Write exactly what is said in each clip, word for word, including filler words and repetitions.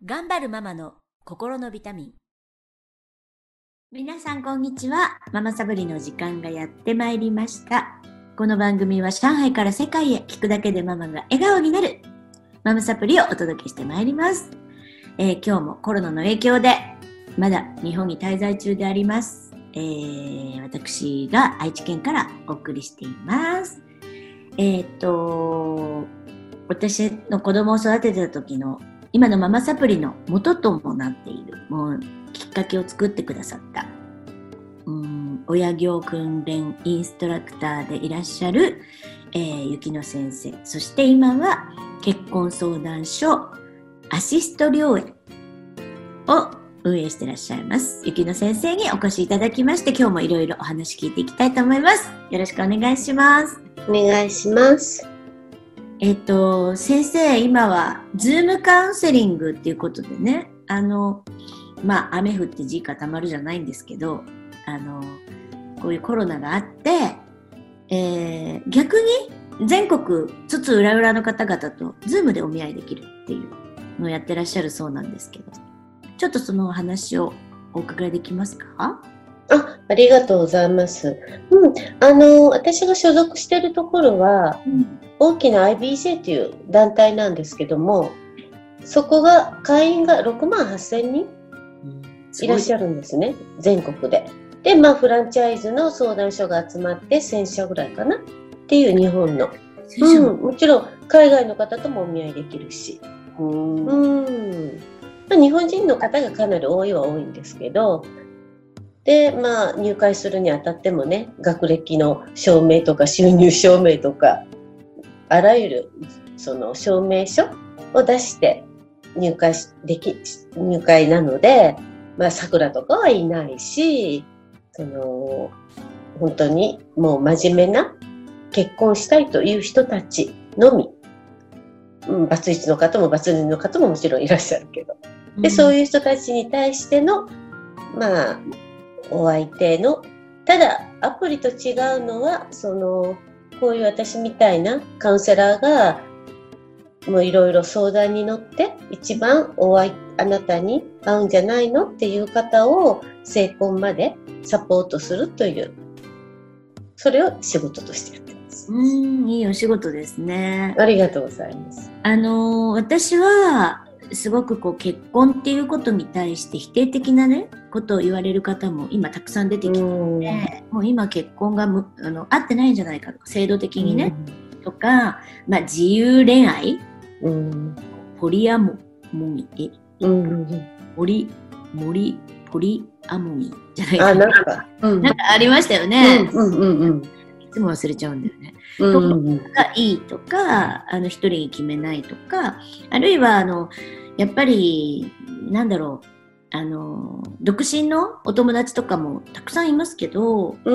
頑張るママの心のビタミン。皆さんこんにちは。ママサプリの時間がやってまいりました。この番組は上海から世界へ、聞くだけでママが笑顔になるママサプリをお届けしてまいります。えー、今日もコロナの影響でまだ日本に滞在中であります。えー、私が愛知県からお送りしています。えー、っと私の子供を育ててた時の今のママサプリの元ともなっている、もうきっかけを作ってくださったうーん親業訓練インストラクターでいらっしゃる、えー、雪乃先生、そして今は結婚相談所アシスト療園を運営していらっしゃいます雪乃先生にお越しいただきまして、今日もいろいろお話聞いていきたいと思います。よろしくお願いします。 お願いします。 えっと、先生、今はズームカウンセリングっていうことでね、あの、まあ、雨降って地固まるじゃないんですけど、あの、こういうコロナがあって、えー、逆に全国津々浦々の方々とズームでお見合いできるっていうのをやってらっしゃるそうなんですけど、ちょっとそのお話をお伺いできますか？ あ、ありがとうございます。うん、あの、私が所属しているところは、うん、大きな アイビージェー という団体なんですけども、そこが会員がろくまんはっせんにんいらっしゃるんですね、全国で。で、まあフランチャイズの相談所が集まってせんしゃぐらいかなっていう日本の、うん、もちろん海外の方ともお見合いできるし、うん、うんまあ、日本人の方がかなり多いは多いんですけど、で、まあ、入会するにあたってもね、学歴の証明とか収入証明とか、あらゆるその証明書を出して入会でき、入会なので、まあ、桜とかはいないし、その、本当にもう真面目な結婚したいという人たちのみ、うん、バツイチの方もバツにの方ももちろんいらっしゃるけど、で、そういう人たちに対しての、まあ、お相手の、ただアプリと違うのは、そのこういう私みたいなカウンセラーがもういろいろ相談に乗って一番お相あなたに合うんじゃないのっていう方を成婚までサポートするという、それを仕事としてやってます。 うーん、いいお仕事ですね。 ありがとうございます。 あの私はすごくこう結婚っていうことに対して否定的なねことを言われる方も今たくさん出てきて、もう今結婚がむあの合ってないんじゃないかとか、制度的にねとか、まあ、自由恋愛、うんポリアモモニえ、うん、ポリモリポリアモニじゃないかな、あなんか、うん、なんかありましたよね、うんうんうんうん、いつも忘れちゃうんだよね、うんうんうん、とかがいいとか、あの一人に決めないとか、あるいはあのやっぱりなんだろう、あの独身のお友達とかもたくさんいますけど、うん、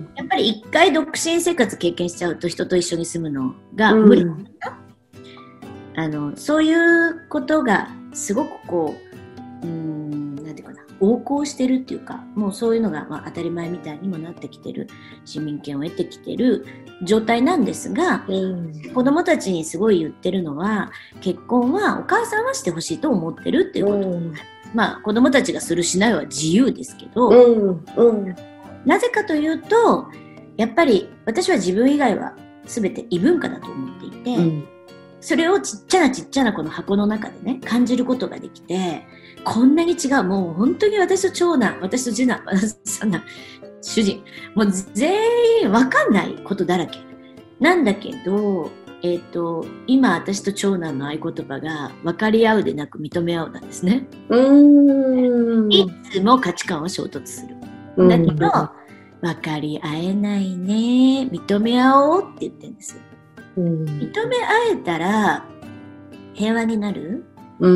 やっぱり一回独身生活経験しちゃうと人と一緒に住むのが無理、うん、あのそういうことがすごくこう、うーんなんていうかな、横行してるっていうか、もうそういうのがまあ当たり前みたいにもなってきてる、市民権を得てきてる状態なんですが、うん、子供たちにすごい言ってるのは、結婚はお母さんはしてほしいと思ってるっていうこと、うん、まあ子供たちがするしないは自由ですけど、うんうん、なぜかというと、やっぱり私は自分以外は全て異文化だと思っていて、うん、それをちっちゃなちっちゃなこの箱の中でね感じることができて、こんなに違う、もう本当に私と長男、私と次男、私と主人、もう全員分かんないことだらけなんだけど、えっと、今私と長男の合言葉が分かり合うでなく認め合うなんですね。うーん、いつも価値観は衝突する。だけど、分かり合えないね、認め合おうって言ってるんですよ。認め合えたら平和になる。うん、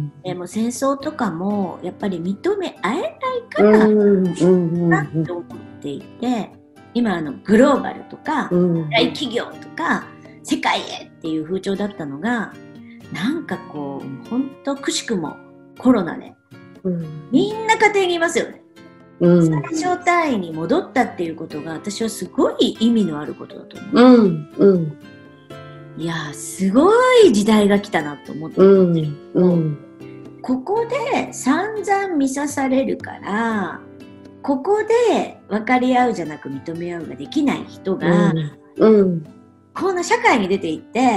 でも戦争とかもやっぱり認め合えないからなと思っていて、今あのグローバルとか、うん、大企業とか世界へっていう風潮だったのが、なんかこう本当くしくもコロナで、うん、みんな家庭にいますよね、うん、最小単位に戻ったっていうことが私はすごい意味のあることだと思う、うんうん、いやすごい時代が来たなと思ってるんですけど、うんうん、 ここで散々見さされるから、ここで分かり合うじゃなく認め合うができない人が、 うんうん、 こんな社会に出ていって、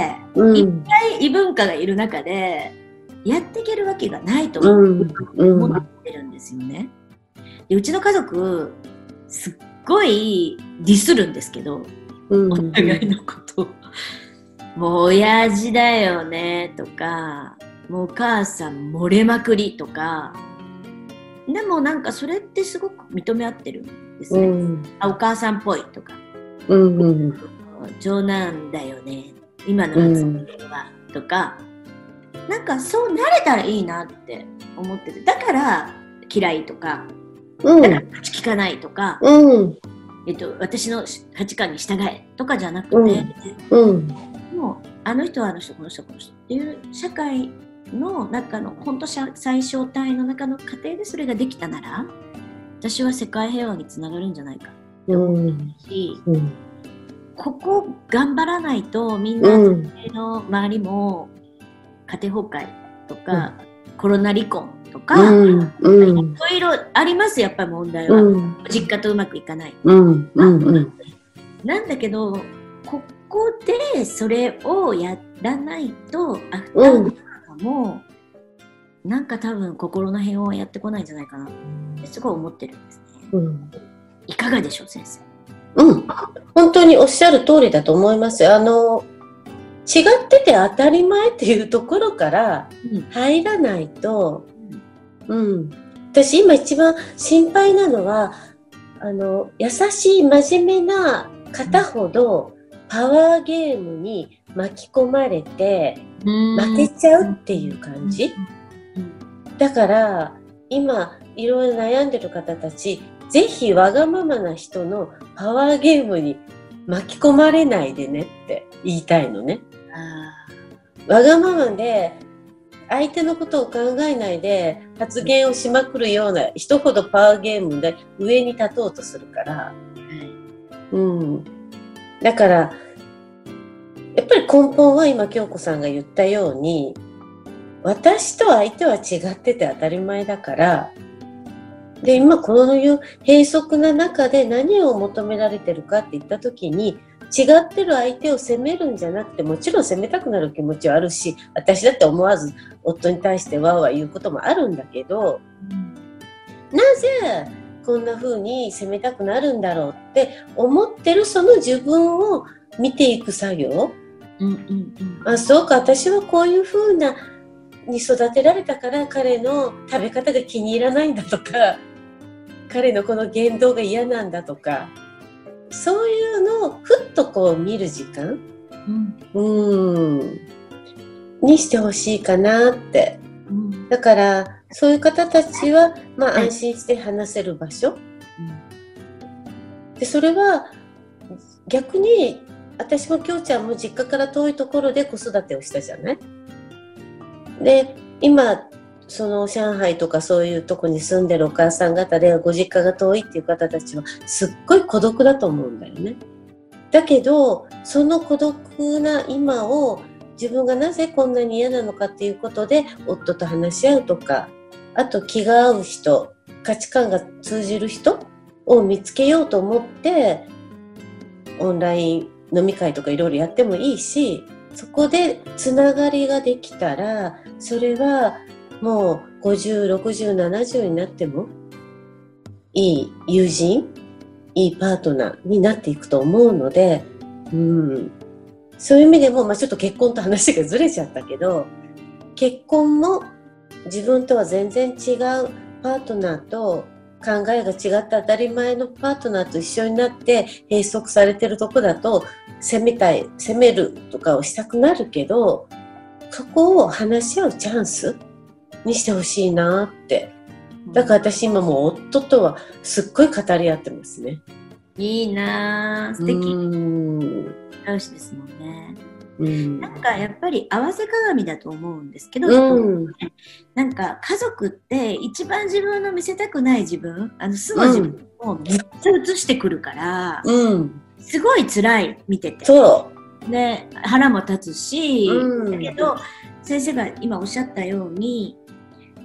うん、いっぱい異文化がいる中でやっていけるわけがないと思ってるんですよね。でうちの家族すっごいディスるんですけど、うん、お互いのこともう親父だよねとか、もうお母さん漏れまくりとか、でもなんかそれってすごく認め合ってるんですね、うん、あお母さんっぽいとか、うんうん、長男だよね今の発言は、うん、とか、なんかそうなれたらいいなって思ってて、だから嫌いとか、うん、だから口聞かないとか、うんえっと、私の価値観に従えとかじゃなくて、うんうん、もうあの人はあの人この人はこの人っていう社会の中の本当最小単位の中の過程でそれができたなら、私は世界平和につながるんじゃないかって思うし、うんうん、ここ頑張らないとみんなの周りも家庭崩壊とか、うん、コロナ離婚とか、うんうん、いろいろありますやっぱり問題は、うん、実家とうまくいかない、うんうんうん、なんだけどここでそれをやらないとアフターの中も、うん、なんか多分心の平和はやってこないんじゃないかなってすごい思ってるんですね、うん、いかがでしょう先生。 うん、本当におっしゃる通りだと思います。あの違ってて当たり前っていうところから入らないと、うんうん、私今一番心配なのはあの優しい真面目な方ほどパワーゲームに巻き込まれて負けちゃうっていう感じ。だから今いろいろ悩んでる方たち、ぜひわがままな人のパワーゲームに巻き込まれないでねって言いたいのね。あわがままで相手のことを考えないで発言をしまくるような人ほどパワーゲームで上に立とうとするから、うん、だからやっぱり根本は今京子さんが言ったように、私と相手は違ってて当たり前だから、で今こういう閉塞な中で何を求められてるかって言った時に、違ってる相手を責めるんじゃなくて、もちろん責めたくなる気持ちはあるし、私だって思わず夫に対してわーわー言うこともあるんだけど、うん、なぜこんな風に責めたくなるんだろうって思ってるその自分を見ていく作業、うんうんうん、あそうか私はこういう風なに育てられたから彼の食べ方が気に入らないんだとか、彼のこの言動が嫌なんだとか、そういうのをふっとこう見る時間、うん、うんにしてほしいかなって、うん、だからそういう方たちは、まあ、安心して話せる場所、うん、でそれは逆に私もきょうちゃんも実家から遠いところで子育てをしたじゃない。で今その上海とかそういうとこに住んでるお母さん方でご実家が遠いっていう方たちはすっごい孤独だと思うんだよね。だけどその孤独な今を自分がなぜこんなに嫌なのかっていうことで夫と話し合うとか、あと気が合う人、価値観が通じる人を見つけようと思ってオンライン飲み会とかいろいろやってもいいし、そこでつながりができたらそれはもうごじゅう、ろくじゅう、ななじゅうになってもいい友人、いいパートナーになっていくと思うので、うん、そういう意味でも、まあ、ちょっと結婚と話がずれちゃったけど、結婚も自分とは全然違うパートナーと考えが違った当たり前のパートナーと一緒になって閉塞されてるとこだと責めたい、責めるとかをしたくなるけど、そこを話し合うチャンスにしてほしいなって。だから私今もう夫とはすっごい語り合ってますね。 いいなぁ、素敵。仲良しですもんね。うん、なんかやっぱり合わせ鏡だと思うんですけど、うん、なんか家族って一番自分の見せたくない自分、あの素の自分をめっちゃ映してくるから、うん、すごい辛い見てて。そうで腹も立つし、うん、だけど先生が今おっしゃったように、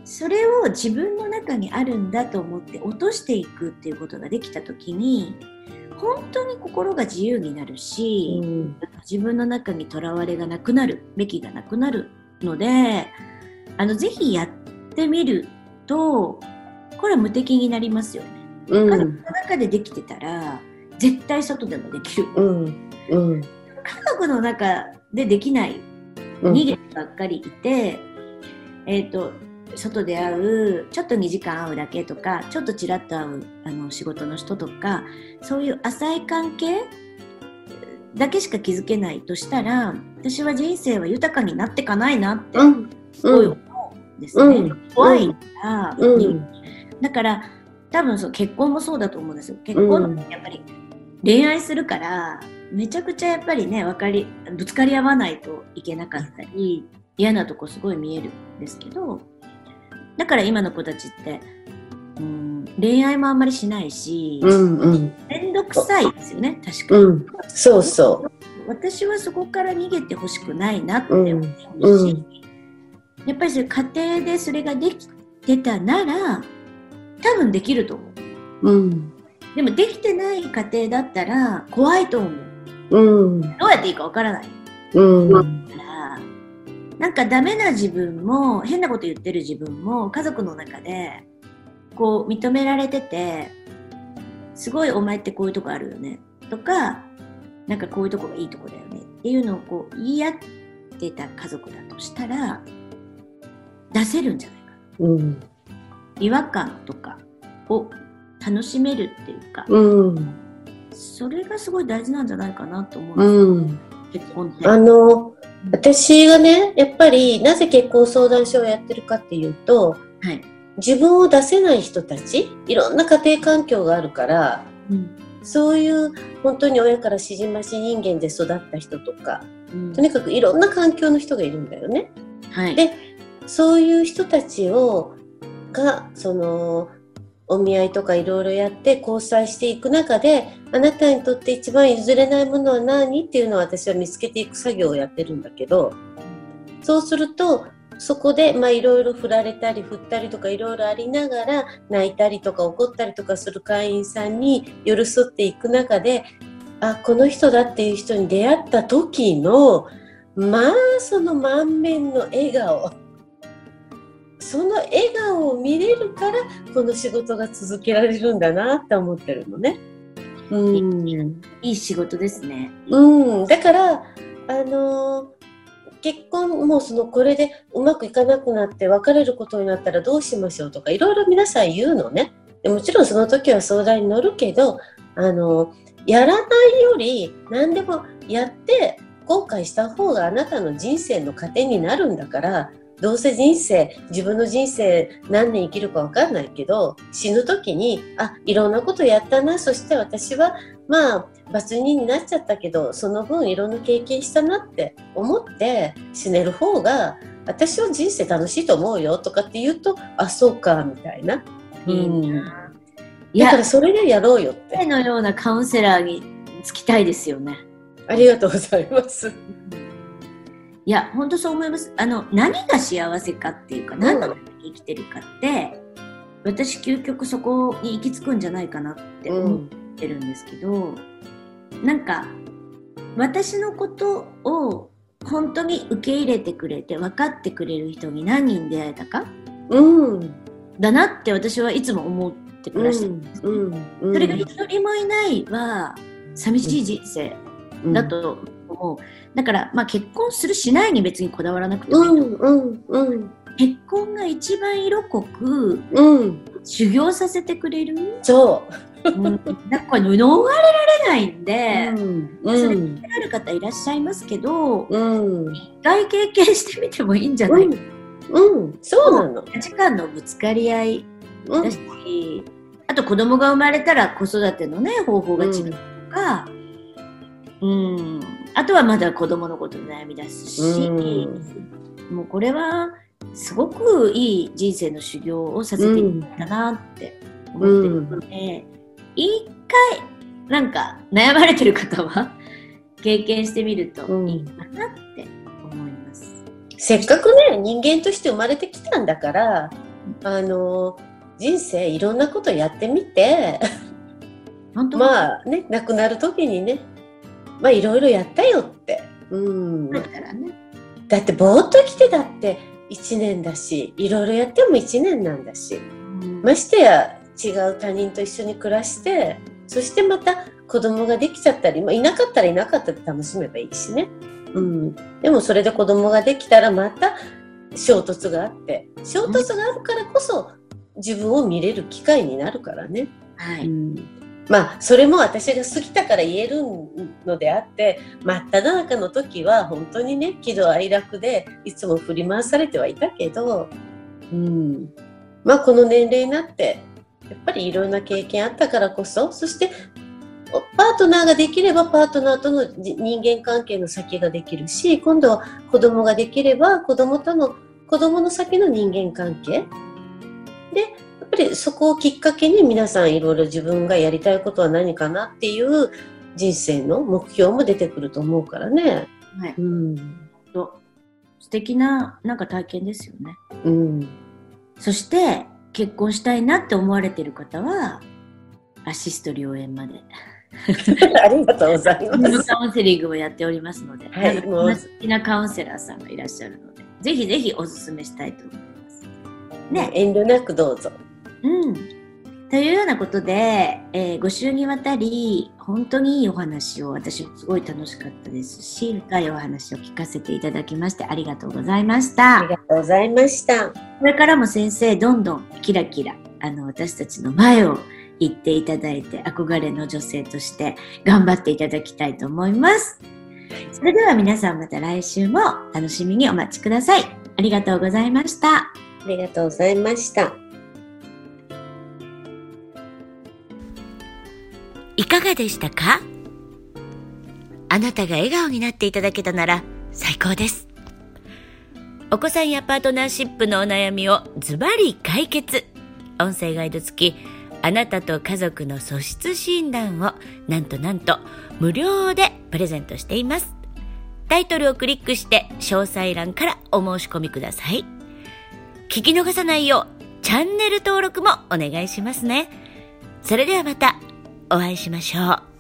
それを自分の中にあるんだと思って落としていくっていうことができた時に本当に心が自由になるし、うん、自分の中にとらわれがなくなるべきがなくなるので、あのぜひやってみるとこれは無敵になりますよね、うん、家族の中でできてたら絶対外でもできる、うんうん、家族の中でできない逃げばっかりいて、うん、えっと外で会うちょっとにじかん会うだけとかちょっとちらっと会うあの仕事の人とかそういう浅い関係だけしか気づけないとしたら私は人生は豊かになっていかないなってすごい思うんですね、うん、怖いから、うん、だから多分そう結婚もそうだと思うんですよ。結婚ってやっぱり恋愛するからめちゃくちゃやっぱりね分かりぶつかり合わないといけなかったり嫌なとこすごい見えるんですけど、だから今の子たちって、うん、恋愛もあんまりしないし、うんうん、めんどくさいですよね、確かに、うん、 そうそう。 私はそこから逃げてほしくないなって思ってるし、うんうん、やっぱりそういう家庭でそれができてたなら多分できると思う、うん、でもできてない家庭だったら怖いと思う、うん、どうやっていいかわからない、うん、だからなんかダメな自分も変なこと言ってる自分も家族の中でこう認められててすごいお前ってこういうとこあるよねとかなんかこういうとこがいいとこだよねっていうのをこう言い合ってた家族だとしたら出せるんじゃないかな、うん、違和感とかを楽しめるっていうか、うん、それがすごい大事なんじゃないかなと思うんです、うん、結婚って。 あの私がねやっぱりなぜ結婚相談所をやってるかっていうと、はい、自分を出せない人たちいろんな家庭環境があるから、うん、そういう本当に親から指示増し人間で育った人とか、うん、とにかくいろんな環境の人がいるんだよね、はい、でそういう人たちをがそのお見合いとかいろいろやって交際していく中であなたにとって一番譲れないものは何っていうのを私は見つけていく作業をやってるんだけど、そうするとそこでいろいろ振られたり振ったりとかいろいろありながら泣いたりとか怒ったりとかする会員さんに寄り添っていく中であこの人だっていう人に出会った時のまあその満面の笑顔その笑顔を見れるからこの仕事が続けられるんだなって思ってるのね。 うん、いい仕事ですね。 うん、だからあのー、結婚もそのこれでうまくいかなくなって別れることになったらどうしましょうとかいろいろ皆さん言うのね。でもちろんその時は相談に乗るけどあのー、やらないより何でもやって後悔した方があなたの人生の糧になるんだからどうせ人生自分の人生何年生きるか分かんないけど死ぬ時にあいろんなことやったなそして私はまあ罰人になっちゃったけどその分いろんな経験したなって思って死ねる方が私は人生楽しいと思うよとかって言うとあそうかみたいな、うん、だからそれでやろうよってのようなカウンセラーにつきたいですよね。 ありがとうございます。 いや本当そう思います。あの何が幸せかっていうか、うん、何のために生きてるかって私究極そこに行き着くんじゃないかなって思ってるんですけど、うん、なんか私のことを本当に受け入れてくれて分かってくれる人に何人出会えたか、うん、だなって私はいつも思って暮らしてるんですね、うんうん、それが一人もいないは寂しい人生だと思う。だから、まあ、結婚するしないに別にこだわらなくてもいいと思う、うんうんうん、結婚が一番色濃く、うん、修行させてくれるそう、 うん、なんか逃れられないんで、うんうん、それになる方いらっしゃいますけど、うん、一回経験してみてもいいんじゃないか、 うんうん、そうなの。 価値観のぶつかり合いだし、うん、あと子供が生まれたら子育てのね方法が違うとか、うんうん、あとはまだ子供のことに悩み出すし、うん、もうこれはすごくいい人生の修行をさせていったなって思ってるので、うん、一回なんか悩まれてる方は経験してみるといいかなって思います、 うん、せっかくね人間として生まれてきたんだからあの人生いろんなことやってみて本当まあね、亡くなる時にね、まあいろいろやったよって、うん、 だからね、 だってぼーっと生きてたっていちねんだし、いろいろやってもいちねんなんだし、 うん、 ましてや違う他人と一緒に暮らして、そしてまた子供ができちゃったり、まあ、いなかったらいなかったで楽しめばいいしね、うん、でもそれで子供ができたらまた衝突があって、衝突があるからこそ自分を見れる機会になるからね、 はい、 うん、まあそれも私が過ぎたから言えるのであって、真っ只中の時は本当にね、喜怒哀楽でいつも振り回されてはいたけど、うん、まあこの年齢になってやっぱりいろんな経験あったからこそ、そしてパートナーができればパートナーとの人間関係の先ができるし、今度は子供ができれば子供との子供の先の人間関係で、やっぱりそこをきっかけに皆さんいろいろ自分がやりたいことは何かなっていう人生の目標も出てくると思うからね。 はい、 うん、 素敵ななんか体験ですよね。 うん、 そして結婚したいなって思われている方はアシスト療園までありがとうございます。 カウンセリングもやっておりますので、 はい、もう素敵なカウンセラーさんがいらっしゃるので、ぜひぜひお勧めしたいと思いますね。遠慮なくどうぞ。 うん。というようなことで、えー、ご週にわたり本当にいいお話を、私もすごい楽しかったですし、深いお話を聞かせていただきましてありがとうございました。 ありがとうございました。 これからも先生どんどんキラキラあの私たちの前を行っていただいて、憧れの女性として頑張っていただきたいと思います。それでは皆さんまた来週も楽しみにお待ちください。ありがとうございました。 ありがとうございました。 いかがでしたか？あなたが笑顔になっていただけたなら最高です。お子さんやパートナーシップのお悩みをズバリ解決。音声ガイド付きあなたと家族の素質診断をなんとなんと無料でプレゼントしています。タイトルをクリックして詳細欄からお申し込みください。聞き逃さないようチャンネル登録もお願いしますね。それではまたお会いしましょう。